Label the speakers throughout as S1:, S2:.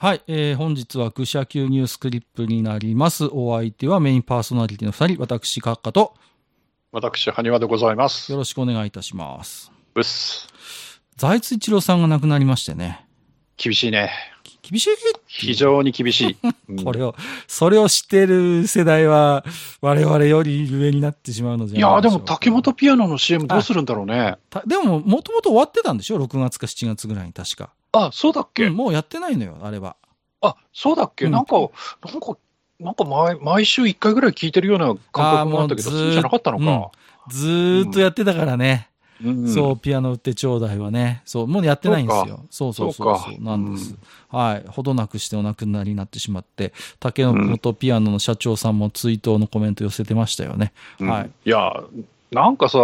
S1: はい、本日は愚者級ニュースクリップになります。お相手はメインパーソナリティの2人、私、閣下と、
S2: 私、埴輪でございます。
S1: よろしくお願いいたします。
S2: うっす。
S1: 財津一郎さんが亡くなりましてね。
S2: 厳しいね。
S1: 厳しい？
S2: 非常に厳しい。
S1: それを知っている世代は、我々より上になってしまうのじゃないでしょうか。
S2: いや、でも竹本ピアノの CM どうするんだろうね。
S1: でも、もともと終わってたんでしょ ?6 月か7月ぐらいに確か。
S2: あ、そうだっけ、
S1: もうやってないのよ、あれは。
S2: あ、そうだっけ、なんか毎週1回ぐらい聞いてるような感覚があったけど、そうじゃなかったのか。
S1: ずーっとやってたからね。そう、ピアノ売ってちょうだいはね。そう、もうやってないんですよ。そうなんです。はい。ほどなくしてお亡くなりになってしまって、竹本ピアノの社長さんも追悼のコメント寄せてましたよね。はい。
S2: いや、なんかさ、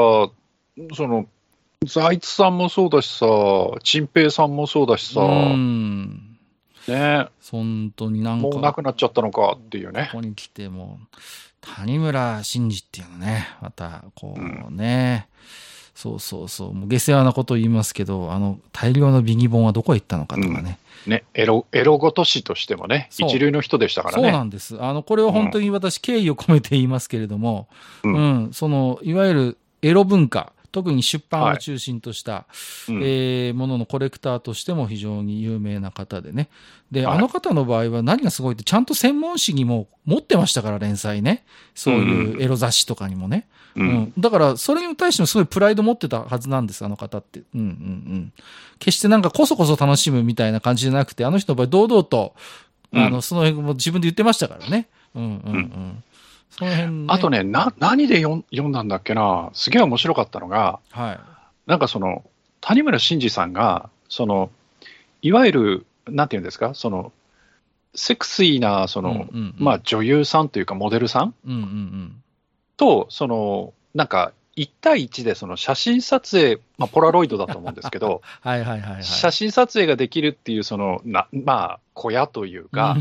S2: 財津さんもそうだしさ、陳平さんもそうだしさ、ね、
S1: 本当になんか。
S2: もうなくなっちゃったのかっていうね。
S1: ここに来ても、谷村新司っていうのね、また、こうね、そう、もう下世話なことを言いますけど、大量のビギ本はどこへ行ったのかとかね。
S2: ね、エロごとしとしてもね、一流の人でしたからね。
S1: そうなんです。これは本当に私、敬意を込めて言いますけれども、いわゆるエロ文化、特に出版を中心とした、もののコレクターとしても非常に有名な方でね。で、あの方の場合は何がすごいって、ちゃんと専門誌にも持ってましたから、連載ね。そういうエロ雑誌とかにもね。だから、それに対してもすごいプライド持ってたはずなんです、あの方って。決してなんかこそこそ楽しむみたいな感じじゃなくて、あの人の場合堂々と、その辺も自分で言ってましたからね。その辺ね、
S2: あとね、何で読んだんだっけな、すげえ面白かったのが、なんか谷村新司さんが、いわゆる、なんていうんですか、セクシーな、女優さんというか、モデルさんと、なんか、1対1で写真撮影、ポラロイドだと思うんですけど、写真撮影ができるっていう、小屋というか、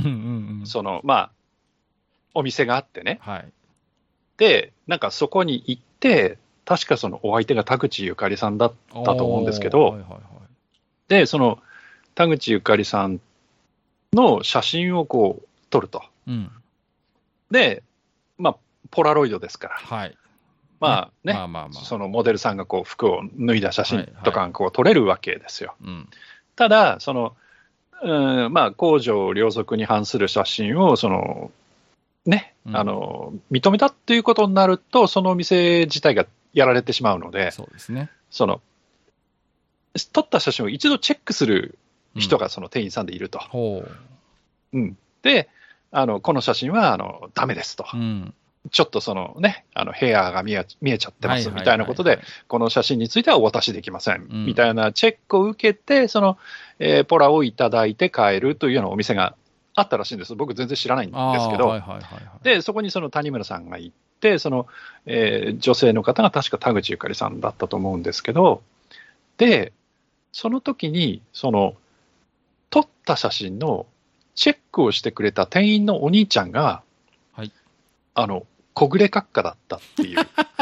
S2: お店があってね。で、なんかそこに行って、確かお相手が田口ゆかりさんだったと思うんですけど、で、田口ゆかりさんの写真をこう撮ると。で、ポラロイドですから。そのモデルさんがこう服を脱いだ写真とかこう撮れるわけですよ。ただ、公序良俗に反する写真を認めたっていうことになると、そのお店自体がやられてしまうので、撮った写真を一度チェックする人がその店員さんでいると。で、この写真はダメですと。ちょっとヘアが見えちゃってますみたいなことで、この写真についてはお渡しできませんみたいなチェックを受けて、ポラをいただいて帰るというようなお店があったらしいんです。僕全然知らないんですけど、で、そこに谷村さんが行って、女性の方が確か田口ゆかりさんだったと思うんですけど、で、その時に、撮った写真のチェックをしてくれた店員のお兄ちゃんが、小暮閣下だったっていう。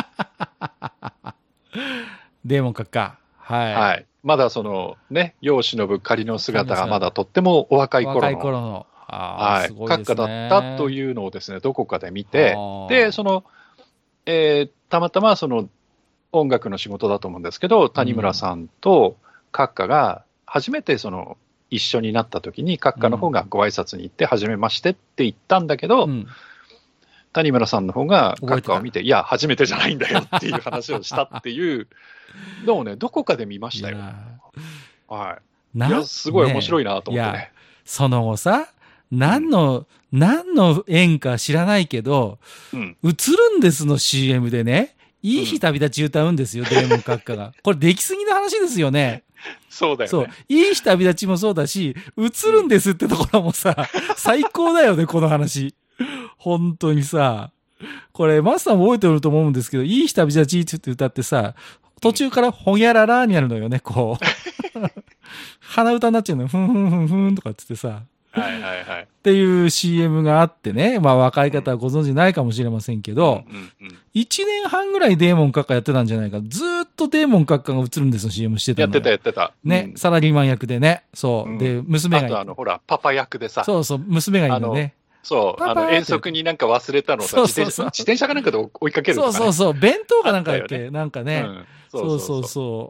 S1: デーモン閣下。
S2: まだ世を忍ぶ仮の姿がまだとってもお若い頃の。閣下だったというのをですね、どこかで見て、で、たまたま音楽の仕事だと思うんですけど、谷村さんと閣下が初めて一緒になった時に、閣下の方がご挨拶に行って、はじめましてって言ったんだけど、谷村さんの方が閣下を見て、いや、初めてじゃないんだよっていう話をしたっていうのをね、どこかで見ましたよ。いや、すごい面白いなと思ってね。
S1: その後さ、何の縁か知らないけど、映るんですの CM でね、いい日旅立ち歌うんですよ、デーモン閣下が。これ出来すぎな話ですよね。
S2: そうだよね。
S1: いい日旅立ちもそうだし、映るんですってところもさ、最高だよね、この話。本当にさ、これ、マスターも覚えてると思うんですけど、いい日旅立ちって歌ってさ、途中からほにゃららになるのよね、こう。鼻歌になっちゃうのよ、ふんふんふんふんとかってってさ。
S2: はいはいはい。
S1: っていう CM があってね、まあ若い方はご存知ないかもしれませんけど、1年半ぐらいデーモン閣下やってたんじゃないか。ずーっとデーモン閣下が映るんですよ、CM してたの。
S2: やってた。
S1: ね、サラリーマン役でね。そう。で、娘がいる。
S2: あとほら、パパ役でさ。
S1: そうそう、娘がいるのね。
S2: そう、遠足になんか忘れたのさ、自転車かなんかで追いかけるのかね。
S1: そう、弁当かなんかやって、なんかね。そう。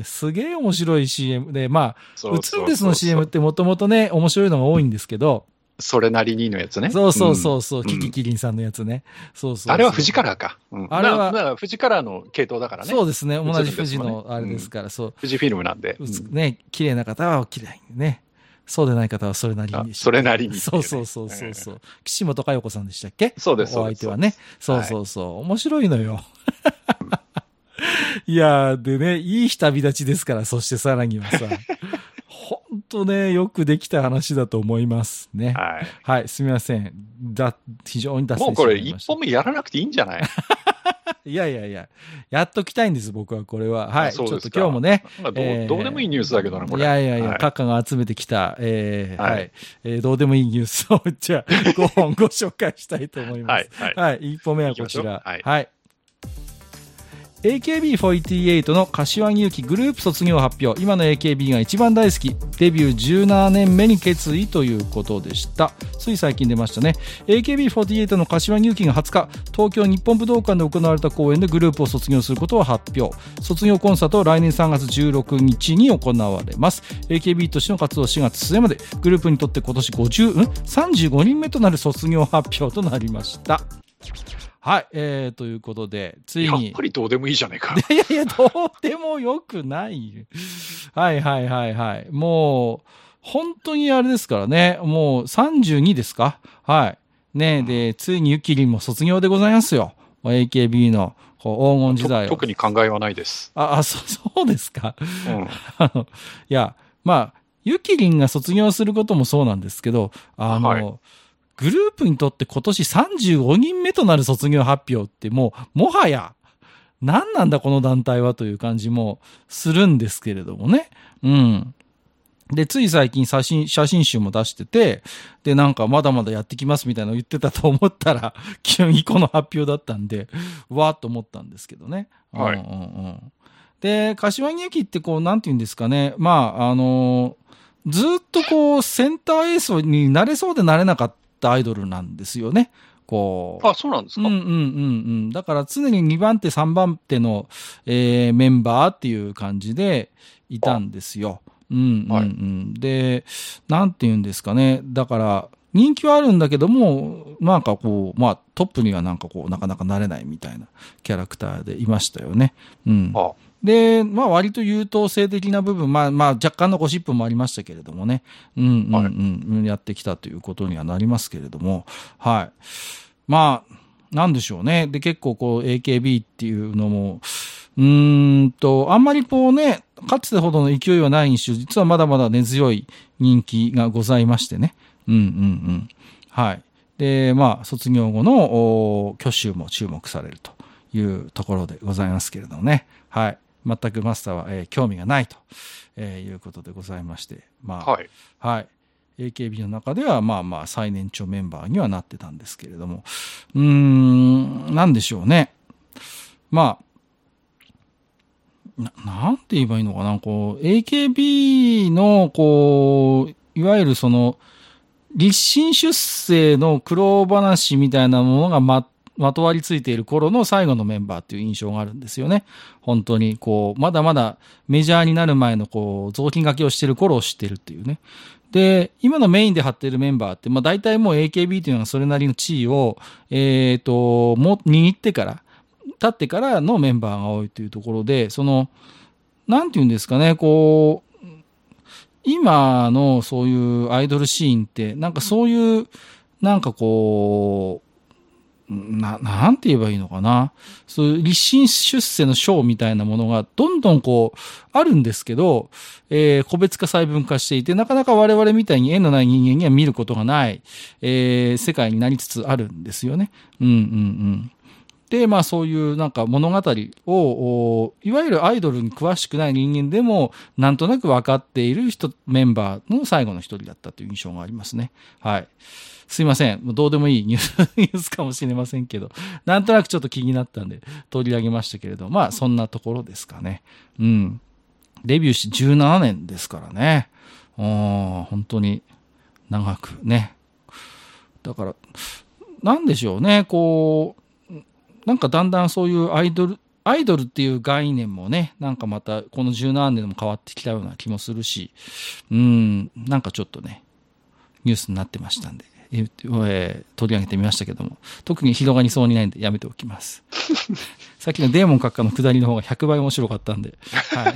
S1: すげえ面白い CM で、まあ、映るんですの CM ってもともとね、面白いのが多いんですけど、
S2: それなりにのやつね。
S1: そう、キキキリンさんのやつね。そう。
S2: あれは富士カラーか。あれは、富士カラーの系統だからね。
S1: そうですね。同じ富士のあれですから、そう。
S2: 富士フィルムなんで。
S1: ね、綺麗な方は綺麗にね。そうでない方はそれなりに。
S2: それなりに。
S1: そう。岸本佳代子さんでしたっけ？
S2: そうです。
S1: お相手はね。そう。面白いのよ。いやー、でね、いい旅立ちですから、そしてさらにはさ。ほんとね、よくできた話だと思いますね。はい、すみません。非常に脱線してしまいました。
S2: もうこれ一本目やらなくていいんじゃない？
S1: いや、やっときたいんです、僕はこれは。はい、ちょっと今日もね。
S2: どうでもいいニュースだけどな、これ。
S1: いや、閣下が集めてきた、どうでもいいニュースを、じゃあ、5本ご紹介したいと思います。はい、1本目はこちら。はい。AKB48 の柏木由紀グループ卒業発表。今の AKB が一番大好き。デビュー17年目に決意ということでした。つい最近出ましたね。AKB48 の柏木由紀が20日、東京日本武道館で行われた公演でグループを卒業することを発表。卒業コンサートは来年3月16日に行われます。AKB としての活動4月末まで、グループにとって今年35人目となる卒業発表となりました。はい、ということで、ついに。
S2: やっぱりどうでもいいじゃねえか。
S1: いや、どうでもよくない。はい。もう、本当にあれですからね。もう32ですか？はい。ねで、ついにゆきりんも卒業でございますよ。AKB の黄金時代を。
S2: 特に考えはないです。
S1: そうですか。いや、まあ、ゆきりんが卒業することもそうなんですけど、グループにとって今年35人目となる卒業発表ってもはや、何なんだこの団体はという感じもするんですけれどもね。で、つい最近写真集も出してて、で、なんかまだまだやってきますみたいなの言ってたと思ったら、急にこの発表だったんで、わーっと思ったんですけどね。で、柏木由紀ってなんて言うんですかね。まあ、ずっとセンターエースになれそうでなれなかったアイドルなんですよね。
S2: そうなんですか？
S1: だから常に2番手、3番手の、メンバーっていう感じでいたんですよ。で、なんて言うんですかね。だから、人気はあるんだけども、なんかトップにはなんかなかなかなれないみたいなキャラクターでいましたよね。で、割と優等生的な部分、若干のゴシップもありましたけれどもね。やってきたということにはなりますけれども。はい。なんでしょうね。で、結構AKB っていうのも、あんまりかつてほどの勢いはないにしろ、実はまだまだ根強い人気がございましてね。はい。で、卒業後の去就も注目されるというところでございますけれどもね。はい。全くマスターは、興味がないと、いうことでございまして。はい。AKB の中では、最年長メンバーにはなってたんですけれども。なんでしょうね。なんて言えばいいのかな。AKB の、いわゆる立身出世の苦労話みたいなものがまとわりついている頃の最後のメンバーっていう印象があるんですよね。本当に、まだまだメジャーになる前の雑巾掛けをしている頃を知ってるっていうね。で、今のメインで張っているメンバーって、大体もう AKB というのはそれなりの地位を、握ってから、立ってからのメンバーが多いというところで、なんていうんですかね、今のそういうアイドルシーンって、なんかそういう、なんて言えばいいのかな。そういう立身出世の章みたいなものがどんどんあるんですけど、個別化細分化していて、なかなか我々みたいに縁のない人間には見ることがない、世界になりつつあるんですよね。 で、まあそういうなんか物語を、いわゆるアイドルに詳しくない人間でも、なんとなく分かっているメンバーの最後の一人だったという印象がありますね。はい。すいません。どうでもいいニュースかもしれませんけど、なんとなくちょっと気になったんで取り上げましたけれど、まあそんなところですかね。うん。デビューして17年ですからね。本当に長くね。だから、なんでしょうね。こう、なんかだんだんそういうアイドルっていう概念もね、なんかまたこの17年でも変わってきたような気もするし、なんかちょっとね、ニュースになってましたんで、取り上げてみましたけども、特に広がりそうにないんでやめておきます。さっきのデーモン閣下の下りの方が100倍面白かったんで、はい。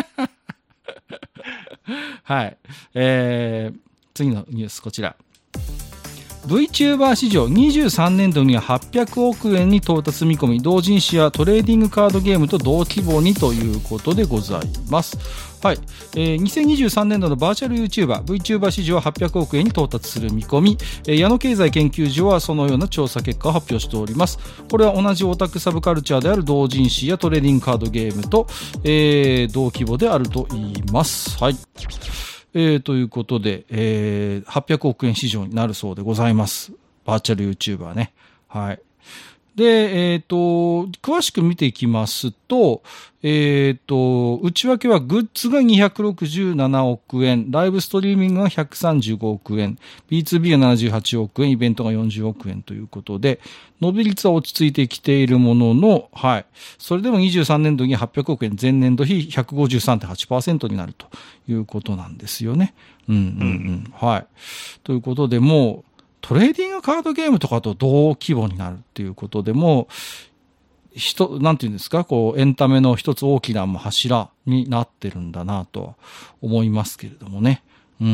S1: はい。次のニュース、こちら。VTuber 市場23年度には800億円に到達見込み、同人誌やトレーディングカードゲームと同規模にということでございます。はい。2023年度のバーチャル VTuber 市場は800億円に到達する見込み、矢野経済研究所はそのような調査結果を発表しております。これは同じオタクサブカルチャーである同人誌やトレーディングカードゲームと、同規模であると言います。はい。ということで、800億円市場になるそうでございます。バーチャル YouTuber ね。はい。で、詳しく見ていきますと、内訳はグッズが267億円、ライブストリーミングが135億円、B2B が78億円、イベントが40億円ということで、伸び率は落ち着いてきているものの、はい。それでも23年度に800億円、前年度比 153.8% になるということなんですよね。はい。ということで、もう、トレーディングカードゲームとかと同規模になるっていうことでも、なんていうんですか、こう、エンタメの一つ大きな柱になってるんだなとは思いますけれどもね。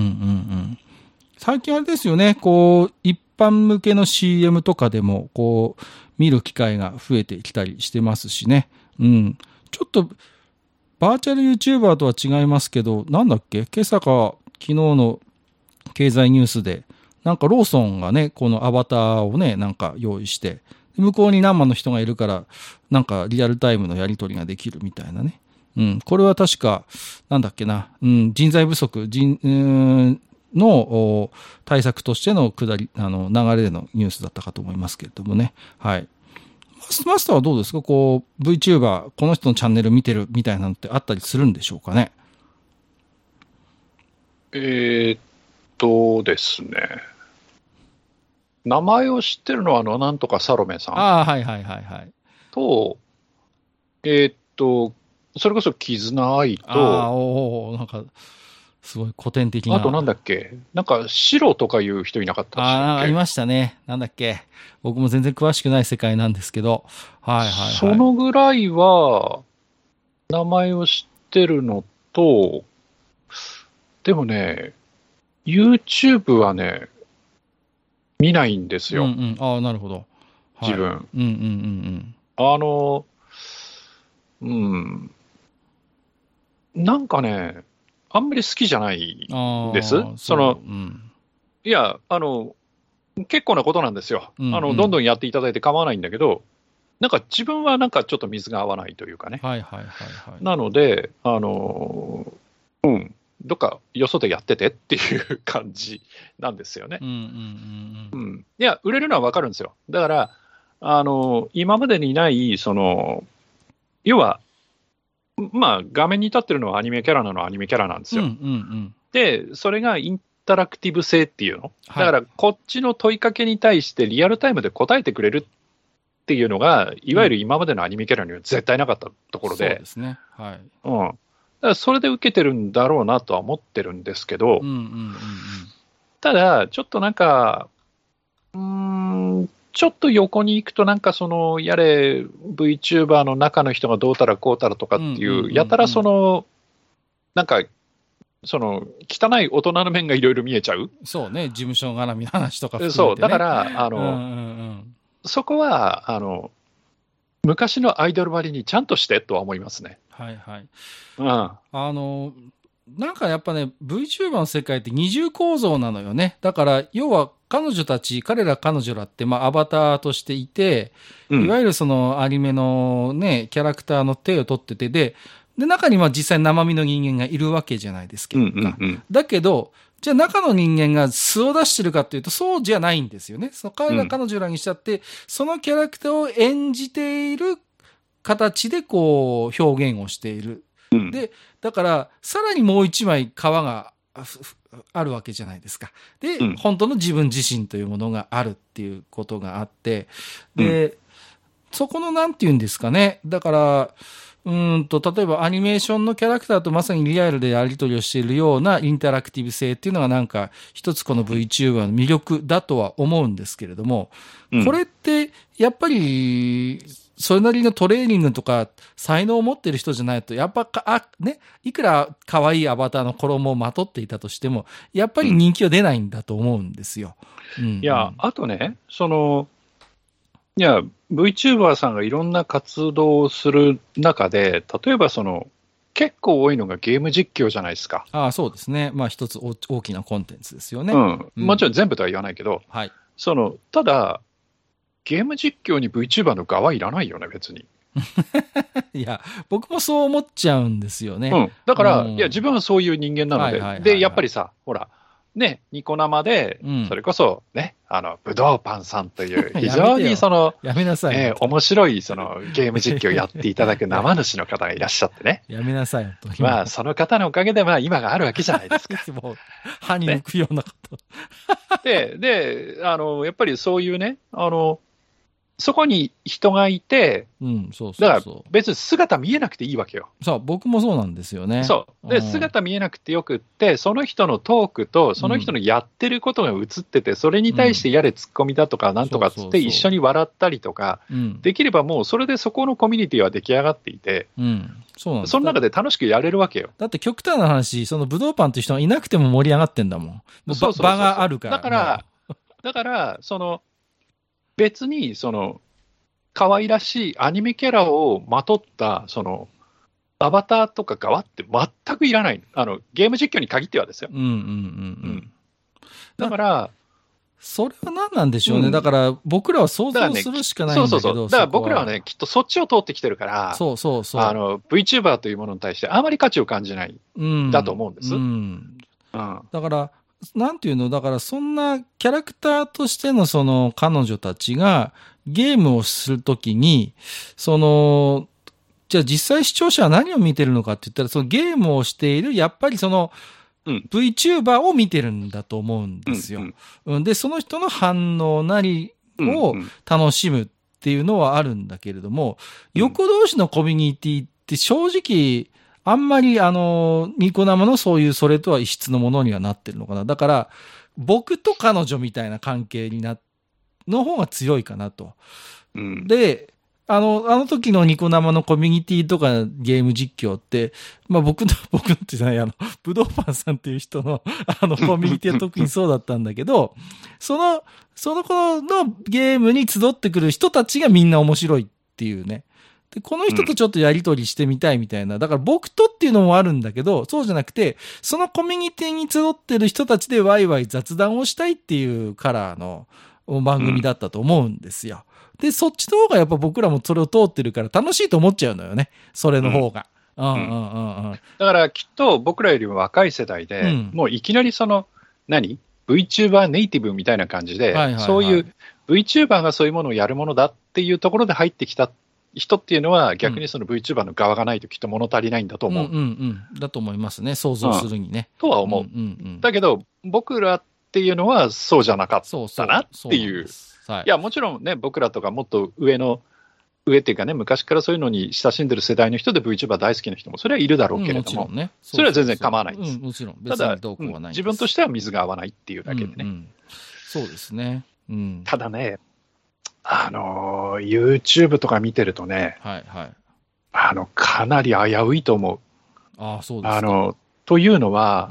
S1: 最近あれですよね、こう、一般向けの CM とかでも、こう、見る機会が増えてきたりしてますしね。ちょっと、バーチャル YouTuber とは違いますけど、なんだっけ、今朝か昨日の経済ニュースで、なんかローソンがね、このアバターをね、なんか用意して、向こうに何万の人がいるから、なんかリアルタイムのやり取りができるみたいなね。これは確か、なんだっけな、人材不足、の対策としての流れでのニュースだったかと思いますけれどもね。はい。マスターはどうですか？こう、VTuber、この人のチャンネル見てるみたいなのってあったりするんでしょうかね？
S2: ですね。名前を知ってるのは、なんとかサロメさん。
S1: はい。
S2: と、それこそ絆愛と、
S1: なんか、すごい古典的な。
S2: あとなんだっけ、なんか白とかいう人いなかったでしたっけ？
S1: いましたね。なんだっけ。僕も全然詳しくない世界なんですけど。はい。
S2: そのぐらいは、名前を知ってるのと、でもね、YouTube はね、見ないんですよ。
S1: なるほど。
S2: 自分。なんかね、あんまり好きじゃないです。いや、結構なことなんですよ。どんどんやっていただいて構わないんだけど、なんか自分はなんかちょっと水が合わないというかね。なので、どっかよそでやっててっていう感じなんですよね。いや、売れるのはわかるんですよ。だから、今までにない、要は、まあ、画面に立ってるのはアニメキャラなんですよ。で、それがインタラクティブ性っていうの。だから、こっちの問いかけに対してリアルタイムで答えてくれるっていうのが、いわゆる今までのアニメキャラには絶対なかったところで。
S1: そうですね。はい。
S2: だからそれで受けてるんだろうなとは思ってるんですけど、ただ、ちょっとなんか、ちょっと横に行くと、なんかやれ VTuber の中の人がどうたらこうたらとかっていう、やたらなんか、汚い大人の面がいろいろ見えちゃう。
S1: そうね、事務所絡みの話とか含めて、ね。
S2: そう、だから、そこは、昔のアイドル割にちゃんとしてとは思いますね。
S1: なんかやっぱね、VTuber の世界って二重構造なのよね。だから、要は彼女らって、アバターとしていて、いわゆるそのアニメのね、キャラクターの手を取ってて、で、中には実際生身の人間がいるわけじゃないですけど、だけど、じゃあ中の人間が素を出してるかっていうと、そうじゃないんですよね。彼女らにしちゃって、そのキャラクターを演じている形でこう表現をしている。で、だから、さらにもう一枚皮があるわけじゃないですか。で、本当の自分自身というものがあるっていうことがあって、で、そこのなんていうんですかね。だから、例えばアニメーションのキャラクターとまさにリアルでやり取りをしているようなインタラクティブ性っていうのがなんか一つこの VTuber の魅力だとは思うんですけれども、これってやっぱりそれなりのトレーニングとか才能を持っている人じゃないと、やっぱいくら可愛いアバターの衣をまとっていたとしても、やっぱり人気は出ないんだと思うんですよ。
S2: いや、あとね、いや、VTuber さんがいろんな活動をする中で、例えば結構多いのがゲーム実況じゃないですか。
S1: そうですね。一つ大きなコンテンツですよね。
S2: もちろん全部とは言わないけど、
S1: はい。
S2: ただ、ゲーム実況に VTuber の側はいらないよね、別に。
S1: いや、僕もそう思っちゃうんですよね。
S2: だから、いや、自分はそういう人間なので、で、やっぱりさ、ほら、ね、ニコ生で、それこそね、ぶどうパンさんという、非常に
S1: やめなさい。
S2: 面白いゲーム実況をやっていただく生主の方がいらっしゃってね。
S1: やめなさいよ
S2: と。その方のおかげで、今があるわけじゃないですか。
S1: もう、歯に抜くようなこと。
S2: で、やっぱりそういうね、そこに人がいて、だから別に姿見えなくていいわけよ。
S1: そう、僕もそうなんですよね。
S2: で、姿見えなくてよくって、その人のトークと、その人のやってることが映ってて、それに対してやれツッコミだとか、なんとかつって一緒に笑ったりとか、できればもうそれでそこのコミュニティは出来上がっていて、その中で楽しくやれるわけよ。
S1: だって極端な話、そのブドウパンという人がいなくても盛り上がってんだもん。場があるから。
S2: だから、別に可愛らしいアニメキャラをまとったアバターとか側って全くいらない。ゲーム実況に限ってはですよ。だから、
S1: それは何なんでしょうね。だから僕らは想像するしかないんだけど。
S2: だから僕らはね、きっとそっちを通ってきてるから、VTuber というものに対してあまり価値を感じない、だと思うんです。
S1: だから、なんていうの、だからそんなキャラクターとしての彼女たちがゲームをするときに、じゃあ実際視聴者は何を見てるのかって言ったら、そのゲームをしている、やっぱりVTuber を見てるんだと思うんですよ。で、その人の反応なりを楽しむっていうのはあるんだけれども、横同士のコミュニティって正直、あんまりニコ生のそういうそれとは異質のものにはなってるのかな。だから、僕と彼女みたいな関係の方が強いかなと。で、あの時のニコ生のコミュニティとかゲーム実況って、僕ってじゃない、ブドウパンさんっていう人の、コミュニティは特にそうだったんだけど、その子のゲームに集ってくる人たちがみんな面白いっていうね。で、この人とちょっとやりとりしてみたいみたいな。だから僕とっていうのもあるんだけど、そうじゃなくて、そのコミュニティに集ってる人たちでワイワイ雑談をしたいっていうカラーの番組だったと思うんですよ。で、そっちの方がやっぱ僕らもそれを通ってるから楽しいと思っちゃうのよね。それの方が。
S2: だからきっと僕らよりも若い世代で、もういきなりVTuber ネイティブみたいな感じで、そういう VTuber がそういうものをやるものだっていうところで入ってきた人っていうのは逆にその VTuber の側がないときっと物足りないんだと思う。
S1: だと思いますね。想像するにね。
S2: とは思う。だけど僕らっていうのはそうじゃなかったなっていう。いや、もちろんね、僕らとかもっと上っていうかね、昔からそういうのに親しんでる世代の人で VTuber 大好きな人もそれはいるだろうけれども、それは全然構わないです。
S1: もちろん。
S2: ただ、自分としては水が合わないっていうだけでね。
S1: そうですね。
S2: ただね、YouTube とか見てるとね、かなり危ういと思う。
S1: そうですか。
S2: というのは、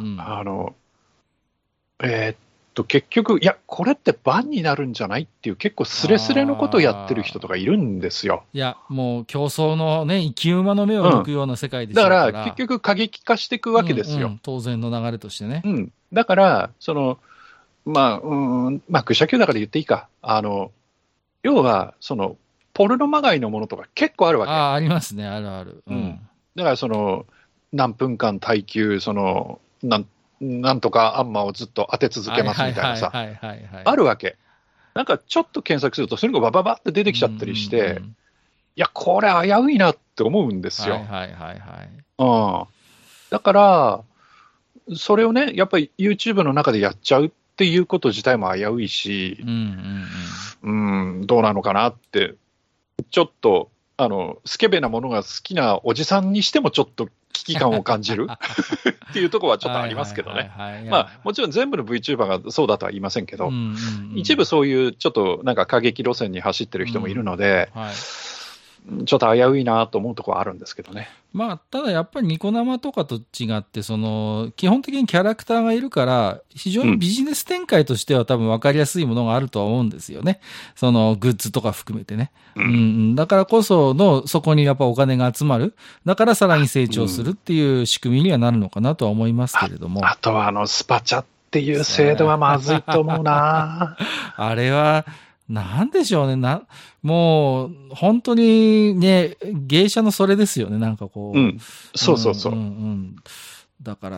S2: 結局、いや、これってバンになるんじゃないっていう結構スレスレのことをやってる人とかいるんですよ。
S1: いや、もう競争のね、生き馬の目を抜くような世界です
S2: から。だから結局過激化していくわけですよ。
S1: 当然の流れとしてね。
S2: だから、 まあ、愚者級だから言っていいか。要は、ポルノまがいのものとか結構あるわけ。
S1: ありますね、あるある。
S2: だから何分間耐久、なんとかアンマをずっと当て続けますみたいなさ、あるわけ。なんかちょっと検索すると、それがバババって出てきちゃったりして、いや、これ危ういなって思うんですよ。だから、それをね、やっぱり YouTube の中でやっちゃうっていうこと自体も危ういし、どうなのかなって、ちょっと、スケベなものが好きなおじさんにしてもちょっと危機感を感じるっていうところはちょっとありますけどね。まあ、もちろん全部の VTuber がそうだとは言いませんけど、一部そういうちょっとなんか過激路線に走ってる人もいるので、ちょっと危ういなと思うところはあるんですけどね。
S1: まあ、ただやっぱりニコ生とかと違って、基本的にキャラクターがいるから、非常にビジネス展開としては多分分かりやすいものがあるとは思うんですよね。グッズとか含めてね。だからこそそこにやっぱお金が集まる。だからさらに成長するっていう仕組みにはなるのかなとは思いますけれども。
S2: あとはスパチャっていう制度はまずいと思うな
S1: あれは、なんでしょうね。もう、本当にね、芸者のそれですよね。なんかこう。
S2: そうそうそう。
S1: だから、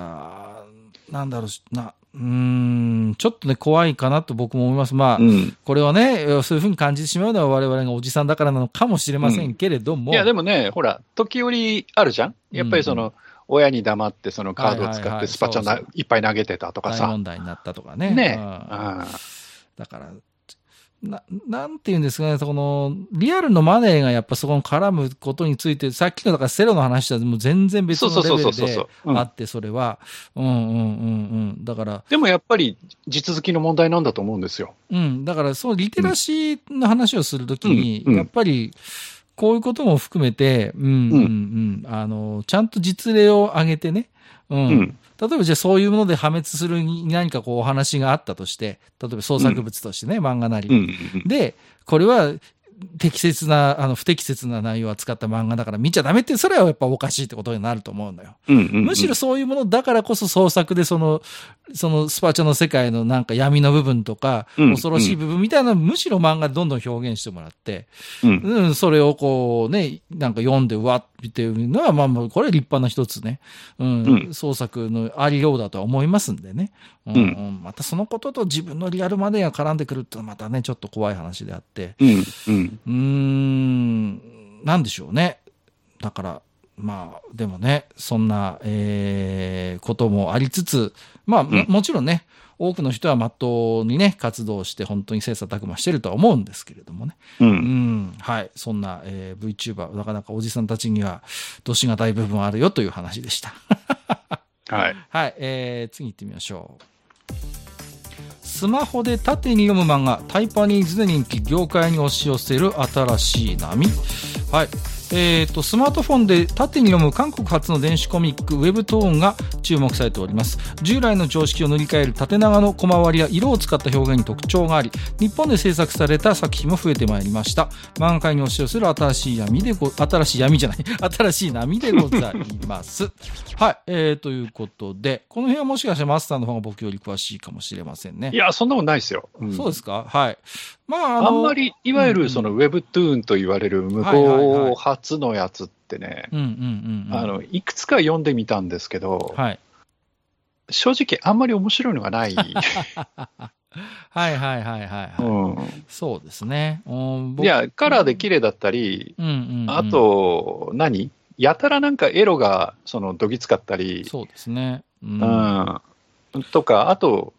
S1: なんだろうちょっとね、怖いかなと僕も思います。まあ、これはね、そういうふうに感じてしまうのは我々がおじさんだからなのかもしれませんけれども。
S2: いや、でもね、ほら、時折あるじゃん。やっぱり親に黙ってカードを使ってスパチャいっぱい投げてたとかさ。
S1: 大問題になったとかね。だから、なんていうんですかね、リアルのマネーがやっぱそこに絡むことについて、さっきのだからセロの話とはもう全然別のレベルであって、それは。だから。
S2: でもやっぱり地続きの問題なんだと思うんですよ。
S1: だからそのリテラシーの話をするときに、やっぱり、こういうことも含めて、ちゃんと実例を挙げてね、例えばじゃあそういうもので破滅する何かお話があったとして、例えば創作物としてね、漫画なり。で、これは不適切な内容を扱った漫画だから見ちゃダメって、それはやっぱおかしいってことになると思うのよ。むしろそういうものだからこそ創作でそのスパチャの世界のなんか闇の部分とか、恐ろしい部分みたいなのむしろ漫画でどんどん表現してもらって、それをこうね、なんか読んでうわっていうのは、まあこれは立派な一つね、創作のありようだとは思いますんでね。またそのことと自分のリアルマネーが絡んでくるってのはまたね、ちょっと怖い話であって。なんでしょうね。だから、まあ、でもね、そんな、こともありつつ、まあ、もちろんね、多くの人はまっとうにね、活動して本当に切磋琢磨してるとは思うんですけれどもね。はい。そんな、VTuber、なかなかおじさんたちには、どしがたい部分あるよという話でした。
S2: はい。
S1: はい。次行ってみましょう。スマホで縦に読む漫画、タイパニーズで人気、業界に押し寄せる新しい波。はい。スマートフォンで縦に読む韓国発の電子コミック、ウェブトーンが注目されております。従来の常識を塗り替える縦長のコマ割りや色を使った表現に特徴があり、日本で制作された作品も増えてまいりました。漫画界に押し寄せる新しい波で新しい波でございます。はい。ということで、この辺はもしかしてマスターの方が僕より詳しいかもしれませんね。
S2: いや、そんなことないですよ。
S1: そうですか？はい。
S2: まあ、あんまり、いわゆるウェブトゥーンと言われる向こう初のやつってね、いくつか読んでみたんですけど、正直あんまり面白いのがない。
S1: そうですね。
S2: いや、カラーで綺麗だったり、あと、やたらなんかエロがどぎつかったり、
S1: そうですね。
S2: とか、あと、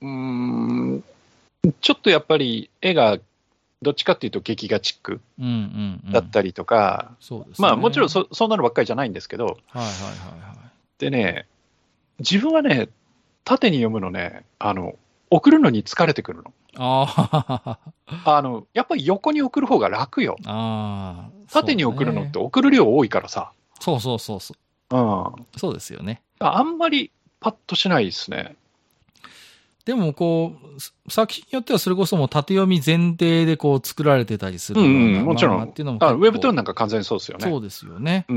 S2: ちょっとやっぱり絵がどっちかっていうと劇画チックだったりとか、まあもちろんそんなのばっかりじゃないんですけど、でね、自分はね、縦に読むのね、送るのに疲れてくるの。やっぱり横に送る方が楽よ。縦に送るのって送る量多いからさ。
S1: そう。そうですよね。
S2: あんまりパッとしないですね。
S1: でも作品によってはそれこそもう縦読み前提で作られてたりするような
S2: もちろん。ウェブトゥーンなんか完全にそうですよね。
S1: そうですよね。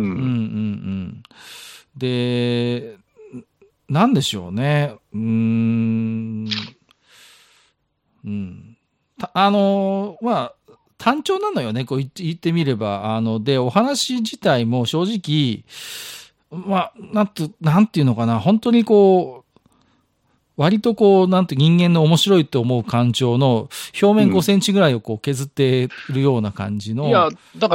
S1: で、なんでしょうね。 うん。まあ、単調なのよね、こう言ってみれば。で、お話自体も正直、まあ、なんていうのかな、本当にこう、割とこう、なんて人間の面白いと思う感情の表面5センチぐらいをこう削ってるような感じの。
S2: いや、だから、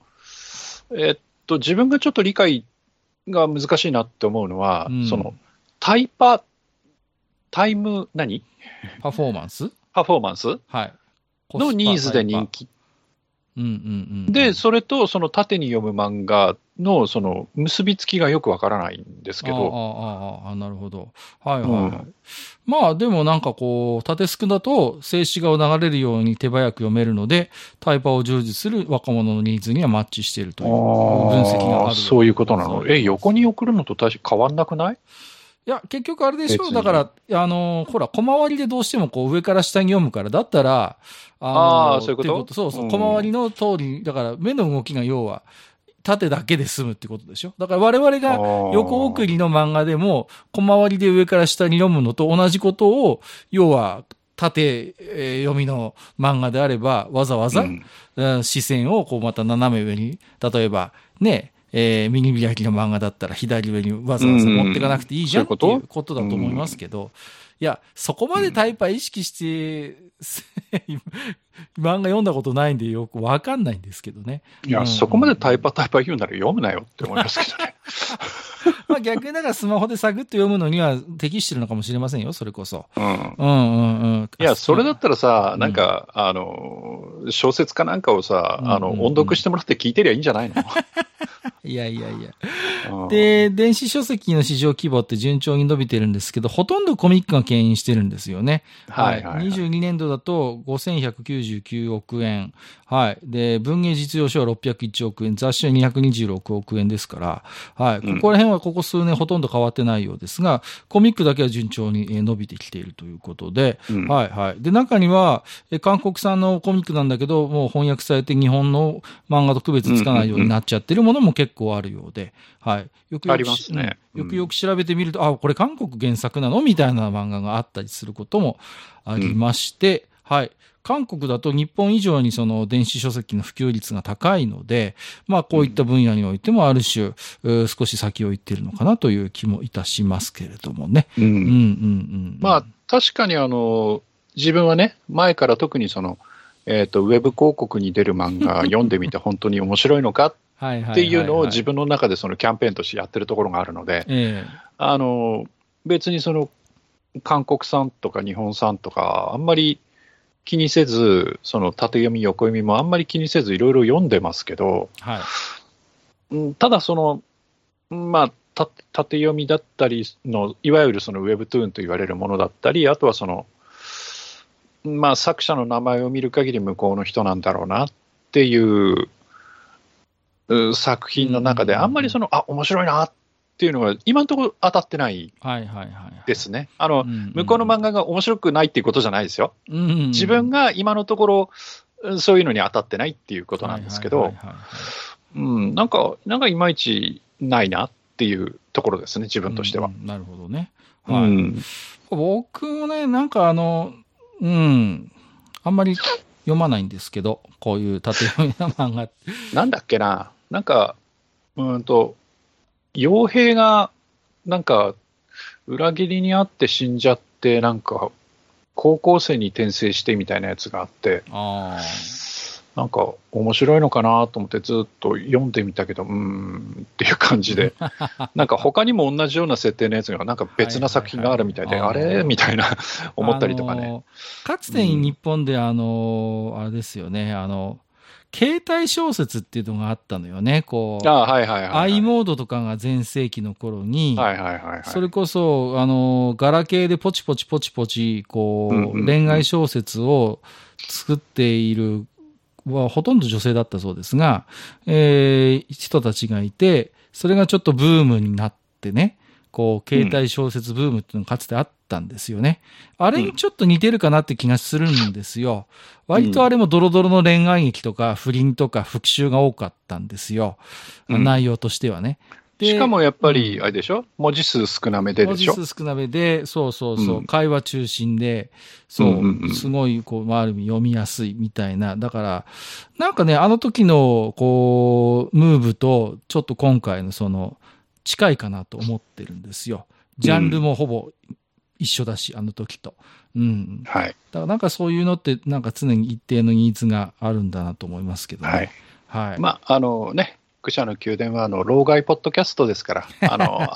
S2: 自分がちょっと理解が難しいなって思うのは、タイム、
S1: パフォーマンスはい。
S2: のニーズで人気。で、それとその縦に読む漫画のその結びつきがよくわからないんですけど。
S1: なるほど。はいはい。まあでもなんかこう、縦スクだと静止画を流れるように手早く読めるので、タイパを充実する若者のニーズにはマッチしているという分析がある。
S2: そういうことなの。横に送るのと確か変わんなくない？
S1: いや、結局あれでしょう。だから、ほら、小回りでどうしてもこう上から下に読むから、だったら、
S2: そういうこと？
S1: そう、小回りの通り、だから目の動きが要は、縦だけで済むってことでしょ。だから我々が横送りの漫画でも、小回りで上から下に読むのと同じことを、要は、縦読みの漫画であれば、わざわざ、視線をこうまた斜め上に、例えば、ね、右開きの漫画だったら左上にわざわざ持っていかなくていいじゃんっていうことだと思いますけど、いや、そこまでタイパ意識して、漫画読んだことないんでよくわかんないんですけどね。
S2: いや、そこまでタイパ言うなら読むなよって思いますけどね。
S1: まあ逆にだからスマホでサクッと読むのには適してるのかもしれませんよ、それこそ。い
S2: や、それだったらさ、なんか、小説かなんかをさ、音読してもらって聞いてりゃいいんじゃないの？
S1: いや。で、電子書籍の市場規模って順調に伸びてるんですけど、ほとんどコミックが牽引してるんですよね。はい。22年度だと5199億円。はい。で、文芸実用書は601億円、雑誌は226億円ですから、はい。ここら辺はここ数年ほとんど変わってないようですが、コミックだけは順調に伸びてきているということで、はい。で、中には、韓国産のコミックなんだけど、もう翻訳されて日本の漫画と区別つかないようになっちゃってるものも結構あるようで、はい。よくよく調べてみると、これ韓国原作なのみたいな漫画があったりすることもありまして、はい。韓国だと日本以上にその電子書籍の普及率が高いので、まあこういった分野においてもある種、少し先を行っているのかなという気もいたしますけれどもね。
S2: まあ確かに自分はね、前から特にその、ウェブ広告に出る漫画読んでみて本当に面白いのかっていうのを自分の中でそのキャンペーンとしてやってるところがあるので、別にその韓国産とか日本産とかあんまり気にせず、その縦読み横読みもあんまり気にせずいろいろ読んでますけど、ただそのまあ縦読みだったりのいわゆるそのウェブトゥーンと言われるものだったり、あとはそのまあ作者の名前を見る限り向こうの人なんだろうなっていう作品の中であんまりその面白いなっていうのが今のところ当たってないですね。向こうの漫画が面白くないっていうことじゃないですよ。自分が今のところそういうのに当たってないっていうことなんですけど、なんかいまいちないなっていうところですね、自分としては。
S1: なるほどね。はい。僕もね、なんかあんまり読まないんですけど、こういう縦読みな漫画。
S2: なんだっけな、なんか傭兵がなんか裏切りにあって死んじゃって、なんか高校生に転生してみたいなやつがあって、なんか面白いのかなと思ってずっと読んでみたけど、っていう感じで、なんか他にも同じような設定のやつがなんか別な作品があるみたいで、あれみたいな思ったりとかね。
S1: かつて日本であれですよね、携帯小説っていうのがあったのよね。こう、i モードとかが全盛期の頃に、それこそ、ガラケーでポチポチ、こう、恋愛小説を作っているはほとんど女性だったそうですが、人たちがいて、それがちょっとブームになってね、こう、携帯小説ブームっていうのがかつてあったんですよね。あれにちょっと似てるかなって気がするんですよ。割とあれもドロドロの恋愛劇とか不倫とか復讐が多かったんですよ。内容としてはね。
S2: しかもやっぱり、あれでしょ、文字数少なめででしょ。
S1: 文字数少なめで、そう、会話中心で、すごい、ある意味読みやすいみたいな。だから、なんかね、あの時の、ムーブと、ちょっと今回の近いかなと思ってるんですよ。ジャンルもほぼ一緒だし、あの時と。はい。だからなんかそういうのって、なんか常に一定のニーズがあるんだなと思いますけどね。はい。
S2: まあ、愚者の宮殿は老害ポッドキャストですから、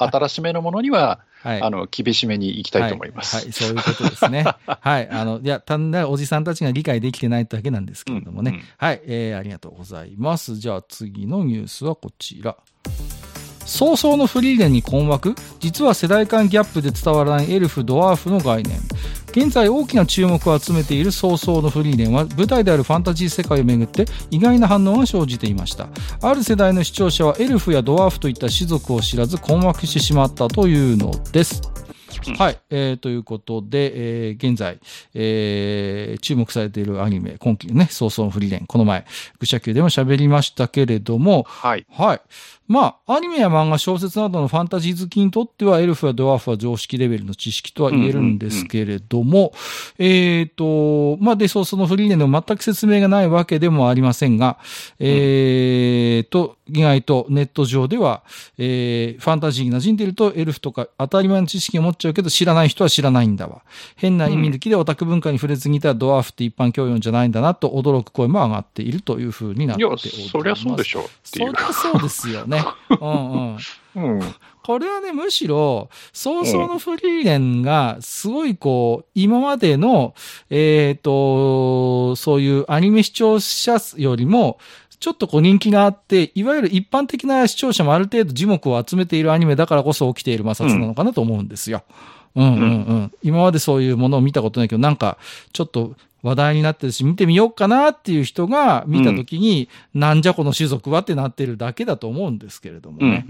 S2: 新しめのものには、厳しめにいきたいと思います。
S1: はい、そういうことですね。はい。いや、単なるおじさんたちが理解できてないだけなんですけれどもね。はい、ありがとうございます。じゃあ次のニュースはこちら。早々のフリーレンに困惑？実は世代間ギャップで伝わらないエルフ・ドワーフの概念。現在大きな注目を集めている早々のフリーレンは舞台であるファンタジー世界をめぐって意外な反応が生じていました。ある世代の視聴者はエルフやドワーフといった種族を知らず困惑してしまったというのです。はい、ということで、現在、注目されているアニメ、今期のね、早々のフリーレン、この前、愚者級でも喋りましたけれども、はい。まあ、アニメや漫画、小説などのファンタジー好きにとっては、エルフやドワーフは常識レベルの知識とは言えるんですけれども、まあ、で、早々のフリーレンでも全く説明がないわけでもありませんが、意外とネット上では、ファンタジーに馴染んでいるとエルフとか当たり前の知識を持っちゃうけど知らない人は知らないんだわ。変な意味抜きでオタク文化に触れずにいたらドワーフって一般教養じゃないんだなと驚く声も上がっているというふうになっております。いや、
S2: そりゃそうでしょうっていう。
S1: そりゃそうですよね。これはね、むしろ、早々のフリーレンが、すごい今までの、そういうアニメ視聴者よりも、ちょっと人気があって、いわゆる一般的な視聴者もある程度耳目を集めているアニメだからこそ起きている摩擦なのかなと思うんですよ。今までそういうものを見たことないけど、なんか、ちょっと話題になってるし、見てみようかなっていう人が見たときに、なんじゃこの種族はってなってるだけだと思うんですけれどもね。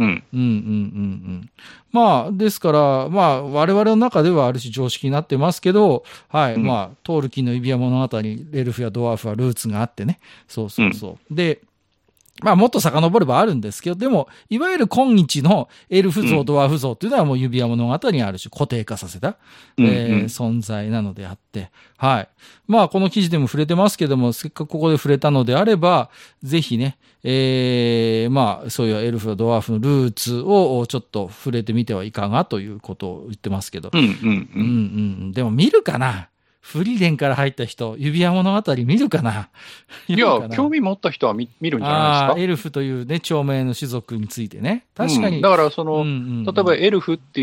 S1: まあ、ですから、まあ、我々の中ではある種常識になってますけど、はい、まあ、トールキンの指輪物語、エルフやドワーフはルーツがあってね。そう。で、まあもっと遡ればあるんですけど、でも、いわゆる今日のエルフ像、ドワーフ像っていうのはもう指輪物語にある種固定化させた、存在なのであって、はい。まあこの記事でも触れてますけども、せっかくここで触れたのであれば、ぜひね、まあそういうエルフやドワーフのルーツをちょっと触れてみてはいかがということを言ってますけど。でも見るかな？フリーレンから入った人、指輪物語見るかな？
S2: いや、興味持った人は見るんじゃないですか。
S1: エルフというね、長命の種族についてね。確かに。
S2: だから例えばエルフっていう、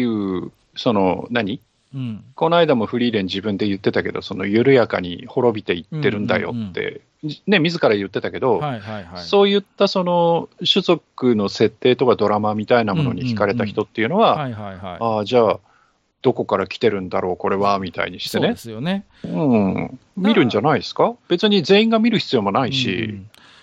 S2: この間もフリーレン自分で言ってたけど、緩やかに滅びていってるんだよって、ね、自ら言ってたけど、そういった種族の設定とかドラマみたいなものに惹かれた人っていうのは、ああ、じゃあ、どこから来てるんだろう、これは、みたいにしてね。そう
S1: ですよね。
S2: 見るんじゃないですか？別に全員が見る必要もないし。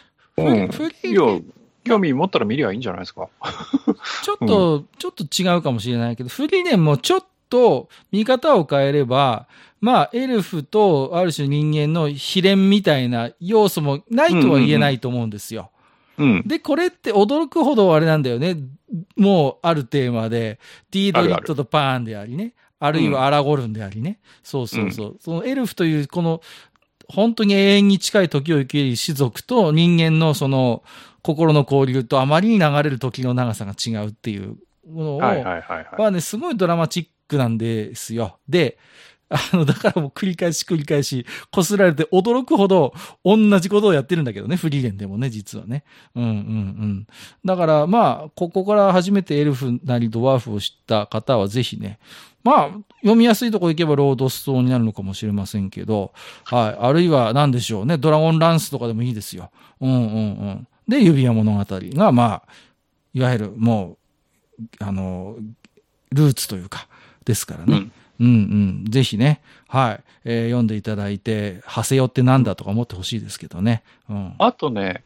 S2: 興味持ったら見りゃいいんじゃないですか？
S1: ちょっと違うかもしれないけど、フリーレンもちょっと見方を変えれば、まあ、エルフとある種人間の比連みたいな要素もないとは言えないと思うんですよ。で、これって驚くほどあれなんだよね。もうあるテーマで、ディードリットとパーンでありね。あるいはアラゴルンでありね。そのエルフというこの本当に永遠に近い時を生きる種族と人間の心の交流とあまりに流れる時の長さが違うっていうものを、はね、すごいドラマチックなんですよ。で、だからもう繰り返し擦られて驚くほど同じことをやってるんだけどね、フリーレンでもね、実はね。だからまあ、ここから初めてエルフなりドワーフを知った方はぜひね、まあ、読みやすいところ行けばロードストーンになるのかもしれませんけど、はい。あるいは何でしょうね、ドラゴンランスとかでもいいですよ。で、指輪物語が、まあ、いわゆるもう、ルーツというか、ですからね。ぜひね、はい、読んでいただいて、ハセヨってなんだとか思ってほしいですけどね。
S2: あとね、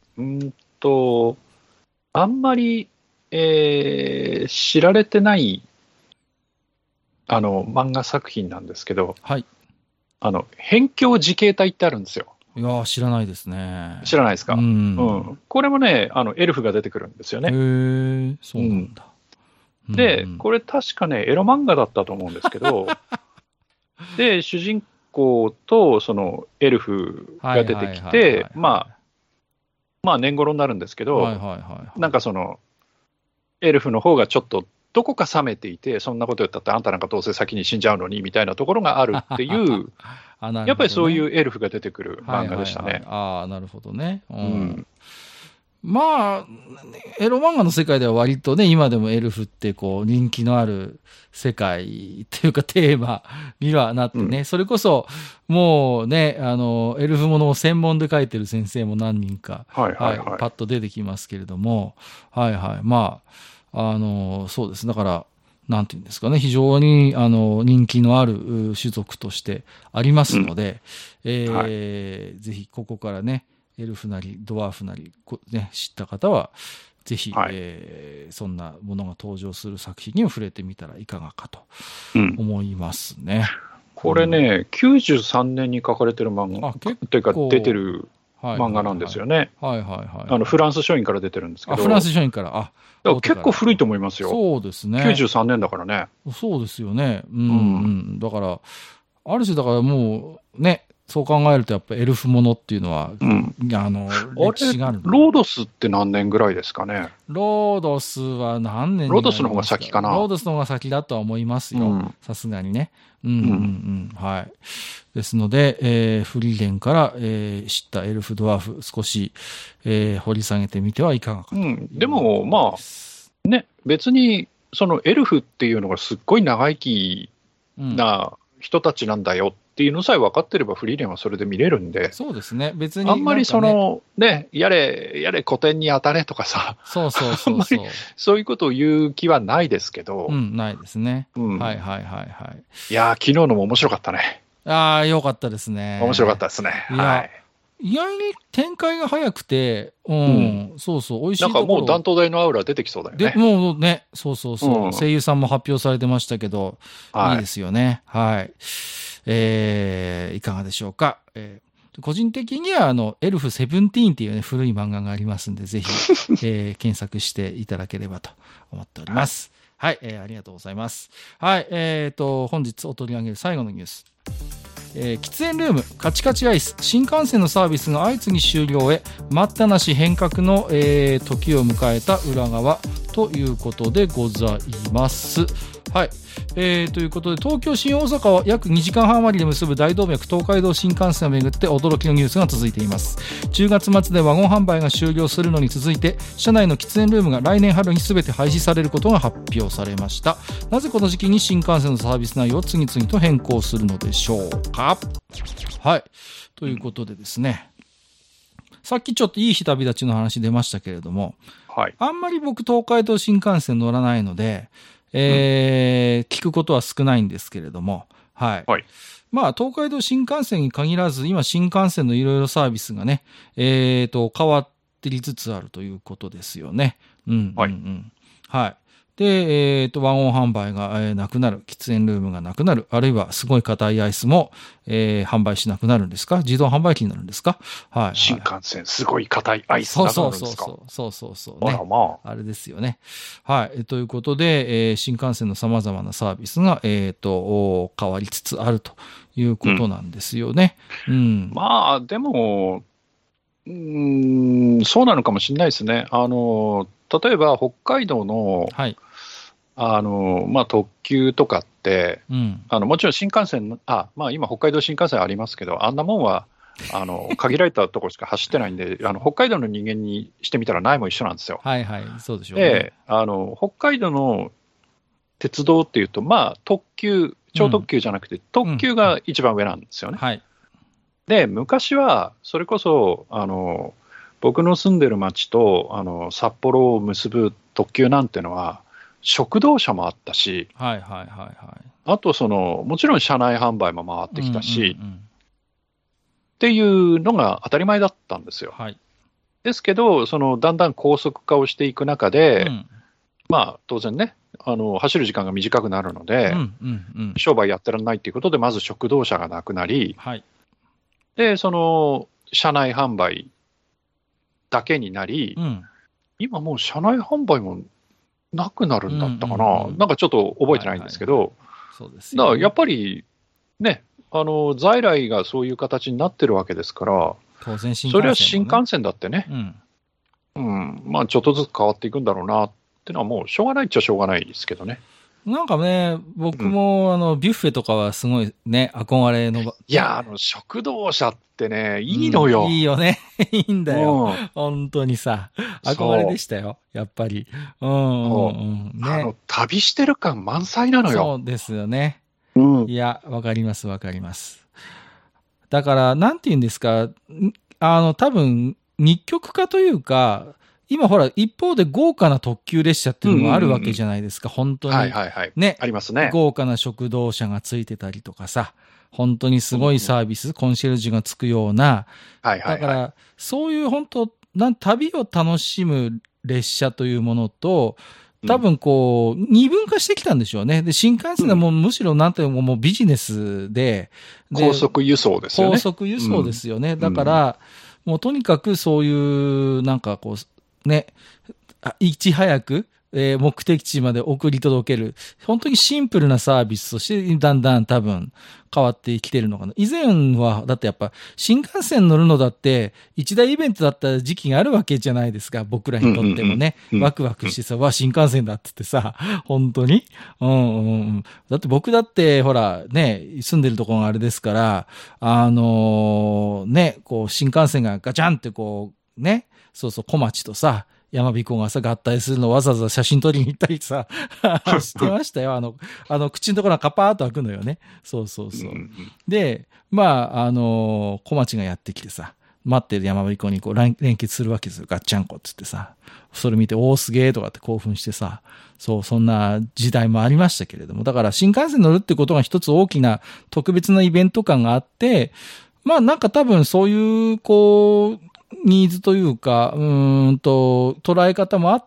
S2: あんまり、知られてない漫画作品なんですけど、辺境自警隊ってあるんですよ。
S1: いやー、知らないですね。
S2: 知らないですか？これもね、エルフが出てくるんですよね。
S1: そうなんだ。
S2: で、これ確かね、エロ漫画だったと思うんですけど、で、主人公とそのエルフが出てきて、まあ年頃になるんですけど、なんかその、エルフの方がちょっとどこか冷めていて、そんなこと言ったってあんたなんかどうせ先に死んじゃうのにみたいなところがあるっていう、ね、やっぱりそういうエルフが出てくる漫画でしたね。
S1: ああ、なるほどね。まあ、エロ漫画の世界では割とね、今でもエルフってこう人気のある世界っていうかテーマにはなってね、それこそもうね、エルフものを専門で書いてる先生も何人か、パッと出てきますけれども、まあ、そうです。だから、なんていうんですかね、非常に人気のある種族としてありますので、ぜひここからね、エルフなりドワーフなり、ね、知った方はぜひ、そんなものが登場する作品に触れてみたらいかがかと思いますね。
S2: これね、93年に書かれてる漫画というか出てる漫画なんですよね。フランス書院から出てるんですけど。
S1: フランス書院から。
S2: 結構古いと思いますよ。
S1: そうですね。
S2: 93年だからね。
S1: そうですよね。だから、ある種だからもうね、そう考えるとやっぱエルフものっていうのは、歴史がある。
S2: ロードスって何年ぐらいですかね。
S1: ロードスは何年
S2: ロードスの方が先かな。
S1: ロードスの方が先だとは思いますよ。さすがにね。はい。ですので、フリーレンから、知ったエルフ、ドワーフ、少し、掘り下げてみてはいかがかと。
S2: でも、まあ、ね、別に、そのエルフっていうのがすっごい長生きな人たちなんだよっていうのさえ分かってれば、フリーレンはそれで見れるんで。
S1: そうですね。別に、
S2: あんまりその、ね、やれ古典に当たれとかさ。
S1: そう。
S2: あんまりそういうことを言う気はないですけど。
S1: ないですね。はい。
S2: いやー、昨日のも面白かったね。
S1: よかったですね。
S2: 面白かったですね。
S1: 意外に展開が早くて、そう、美味しいところ。
S2: なんかもう断頭台のアウラ出てきそうだよね。
S1: もうね、そう、声優さんも発表されてましたけど、いいですよね。はい。いかがでしょうか。個人的には、エルフ17っていうね、古い漫画がありますんで、ぜひ、検索していただければと思っております。はい、ありがとうございます。はい、本日お取り上げる最後のニュース。喫煙ルームカチカチアイス新幹線のサービスが相次ぎ終了へ待ったなし変革の、時を迎えた裏側ということでございます。はい、ということで東京新大阪を約2時間半余りで結ぶ大動脈東海道新幹線をめぐって驚きのニュースが続いています。10月末でワゴン販売が終了するのに続いて車内の喫煙ルームが来年春に全て廃止されることが発表されました。なぜこの時期に新幹線のサービス内容を次々と変更するのでしょうか。はい、ということでですね、さっきちょっといい日旅立ちの話出ましたけれども、あんまり僕東海道新幹線乗らないので聞くことは少ないんですけれども、まあ、東海道新幹線に限らず、今、新幹線のいろいろサービスがね、変わってりつつあるということですよね。はい。で、ワゴン販売が、なくなる、喫煙ルームがなくなる、あるいはすごい硬いアイスも、販売しなくなるんですか？自動販売機になるんですか？はい。
S2: 新幹線、すごい硬いアイスなくなるんですか？
S1: そうね。あれですよね。はい。ということで、新幹線の様々なサービスが、変わりつつあるということなんですよね。
S2: まあ、でも、そうなのかもしれないですね。例えば北海道の、特急とかって、もちろん新幹線、今、北海道新幹線ありますけど、あんなもんは限られたところしか走ってないんで、北海道の人間にしてみたらないも一緒なんですよ。
S1: そうでしょうね。
S2: で、北海道の鉄道っていうと、特急、超特急じゃなくて、特急が一番上なんですよね。で、昔は、それこそ、僕の住んでる町と札幌を結ぶ特急なんてのは、食堂車もあったし、あともちろん車内販売も回ってきたし、っていうのが当たり前だったんですよ。ですけど、だんだん高速化をしていく中で、当然ね、走る時間が短くなるので、商売やってらんないっていうことで、まず食堂車がなくなり、で、車内販売だけになり、今もう車内販売もなくなるんだったかな、なんかちょっと覚えてないんですけど、
S1: そうです
S2: だからやっぱりね、在来がそういう形になってるわけですから、
S1: 当然新幹線もね、
S2: それは新幹線だってね、まあちょっとずつ変わっていくんだろうなっていうのは、もうしょうがないっちゃしょうがないですけどね。
S1: なんかね、僕もビュッフェとかはすごいね、憧れの。
S2: いや、食堂車ってね、いいのよ。
S1: いいよね。いいんだよ。本当にさ、憧れでしたよ、やっぱり。
S2: ね、旅してる感満載なのよ。
S1: そうですよね。いや、わかります、わかります。だから、なんて言うんですか、多分、二極化というか、今ほら、一方で豪華な特急列車っていうのもあるわけじゃないですか、本当に。
S2: ね。ありますね。
S1: 豪華な食堂車がついてたりとかさ、本当にすごいサービス、コンシェルジュがつくような。だから、そういう本当、旅を楽しむ列車というものと、多分こう、二分化してきたんでしょうね。で、新幹線はもうむしろなんていうのもうビジネスで。
S2: 高速輸送ですよね。
S1: 高速輸送ですよね。だから、もうとにかくそういう、なんかこう、ね、いち早く、目的地まで送り届ける、本当にシンプルなサービスとしてだんだん多分変わってきてるのかな。以前は、だってやっぱ新幹線乗るのだって一大イベントだった時期があるわけじゃないですか。僕らにとってもね。ワクワクしてさ、新幹線だってってさ、本当に。だって僕だってほらね、住んでるところがあれですから、ね、こう新幹線がガチャンってこう、ね、そうそう、小町とさ、山彦がさ、合体するのをわざわざ写真撮りに行ったりさ、してましたよ。口のところがカパーっと開くのよね。そうそうそう。で、まあ、小町がやってきてさ、待ってる山彦にこう連結するわけですよ。ガッチャンコっつってさ。それ見て、おーすげーとかって興奮してさ、そう、そんな時代もありましたけれども。だから新幹線乗るってことが一つ大きな特別なイベント感があって、まあなんか多分そういう、こう、ニーズというか、捉え方もあって、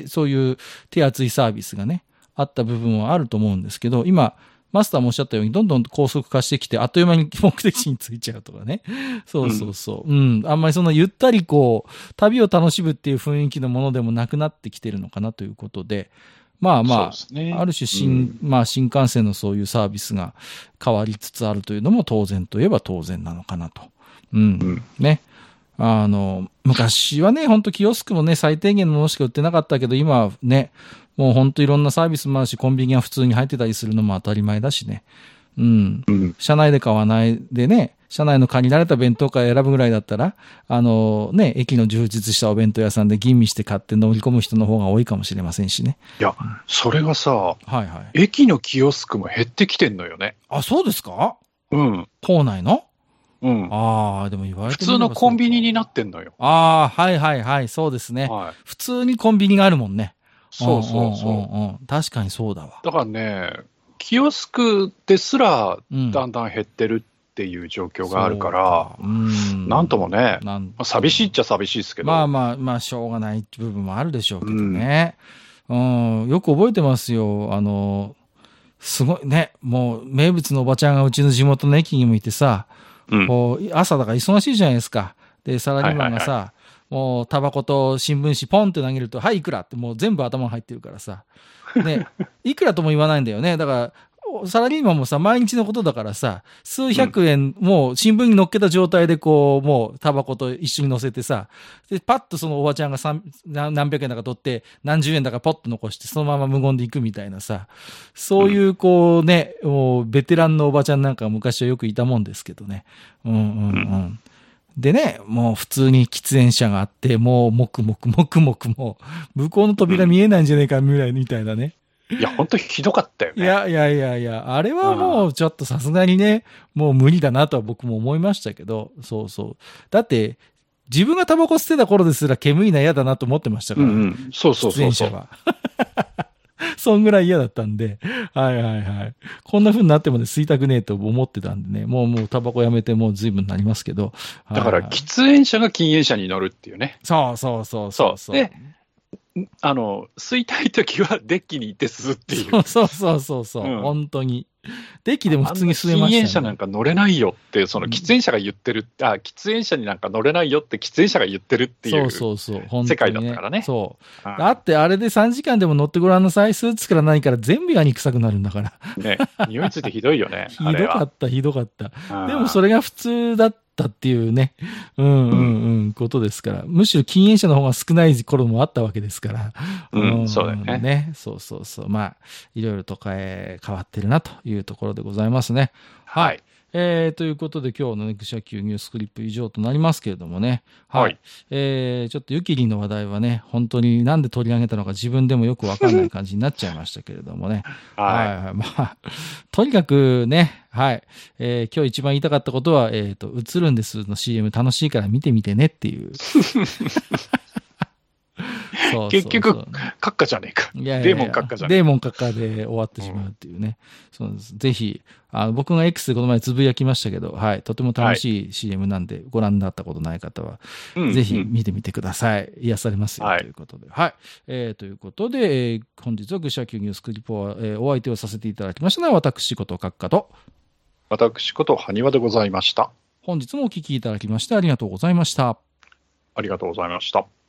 S1: そういう手厚いサービスがね、あった部分はあると思うんですけど、今、マスターもおっしゃったように、どんどん高速化してきて、あっという間に目的地に着いちゃうとかね。そうそうそう。あんまりそんなゆったりこう、旅を楽しむっていう雰囲気のものでもなくなってきてるのかなということで、まあまあ、ね、ある種新幹線のそういうサービスが変わりつつあるというのも当然といえば当然なのかなと。ね。昔はね、本当キオスクもね、最低限のものしか売ってなかったけど、今はね、もう本当いろんなサービスもあるし、コンビニが普通に入ってたりするのも当たり前だしね。車内で買わないでね、車内の限られた弁当会選ぶぐらいだったら、ね、駅の充実したお弁当屋さんで吟味して買って乗り込む人の方が多いかもしれませんしね。
S2: いや、それがさ、駅のキオスクも減ってきてんのよね。
S1: あ、そうですか？構内の？ああ、でも言われてみれば
S2: 普通のコンビニになってんのよ。
S1: ああ、はいはいはい、そうですね。普通にコンビニがあるもんね。
S2: そうそうそう。
S1: 確かにそうだわ。
S2: だからね、キオスクですらだんだん減ってるっていう状況があるから、なんともね、寂しいっちゃ寂しいですけど。
S1: まあ、しょうがない部分もあるでしょうけどね。よく覚えてますよ。すごいね、もう名物のおばちゃんがうちの地元の駅にもいてさ、こう朝だから忙しいじゃないですか。で、サラリーマンがさ、もうタバコと新聞紙ポンって投げると、はい、いくらってもう全部頭に入ってるからさ。ね、いくらとも言わないんだよね。だから、サラリーマンもさ、毎日のことだからさ、数百円、もう新聞に乗っけた状態でこう、もうタバコと一緒に乗せてさ、で、パッとそのおばちゃんが何百円だか取って、何十円だかポッと残して、そのまま無言で行くみたいなさ、そういうこうね、もうベテランのおばちゃんなんか昔はよくいたもんですけどね。でね、もう普通に喫煙者があって、もうもくもくもう、向こうの扉見えないんじゃねえか、みたいなね。
S2: いや、本当にひどかったよね。
S1: いや、あれはもうちょっとさすがにね、もう無理だなとは僕も思いましたけど、そうそう。だって、自分がタバコ吸ってた頃ですら煙いな嫌だなと思ってましたから。
S2: そうそうそう。
S1: 喫煙者は。そんぐらい嫌だったんで、はい。こんな風になってまで吸いたくねえと思ってたんでね、もうタバコやめてもう随分なりますけど。
S2: だから、喫煙者が禁煙者に乗るっていうね。
S1: そう。
S2: で、吸いたいときはデッキに行って吸うっていう。
S1: そう、本当に。 デッキでも普通に吸えましたね。
S2: 禁煙者なんか乗れないよって、その喫煙者が言ってる、喫煙者になんか乗れないよって喫煙者が言ってるっていう世界だったからね。
S1: そう。だってあれで3時間でも乗ってごらんなさい。スーツから何から全部が肉臭くなるんだから。
S2: ね、匂いついてひどいよね。
S1: ひどかった、ひどかった。でもそれが普通だったっていうね、ことですから。むしろ禁煙者の方が少ない頃もあったわけですから。
S2: そうだよね。
S1: そう。まあ、いろいろと変わってるなというところでございますね。はい。ということで今日のね、愚者級ニュースクリップ以上となりますけれどもね。はい。ちょっとユキリンの話題はね、本当になんで取り上げたのか自分でもよくわかんない感じになっちゃいましたけれどもね。はい。まあ、とにかくね、はい。今日一番言いたかったことは、映るんですの CM 楽しいから見てみてねっていう。
S2: 結局、閣下じゃねえか。デーモン閣下じゃねえか。
S1: デーモン閣下で終わってしまうっていうね。そうです。ぜひ、僕が X でこの前つぶやきましたけど、はい。とても楽しい CM なんで、ご覧になったことない方は、ぜひ見てみてください。癒されますよ、ということで。はい。ということで、本日は愚者級ニュースクリップを、お相手をさせていただきましたのは、私こと閣下と、
S2: 私こと埴輪でございました。
S1: 本日もお聞きいただきましてありがとうございました。
S2: ありがとうございました。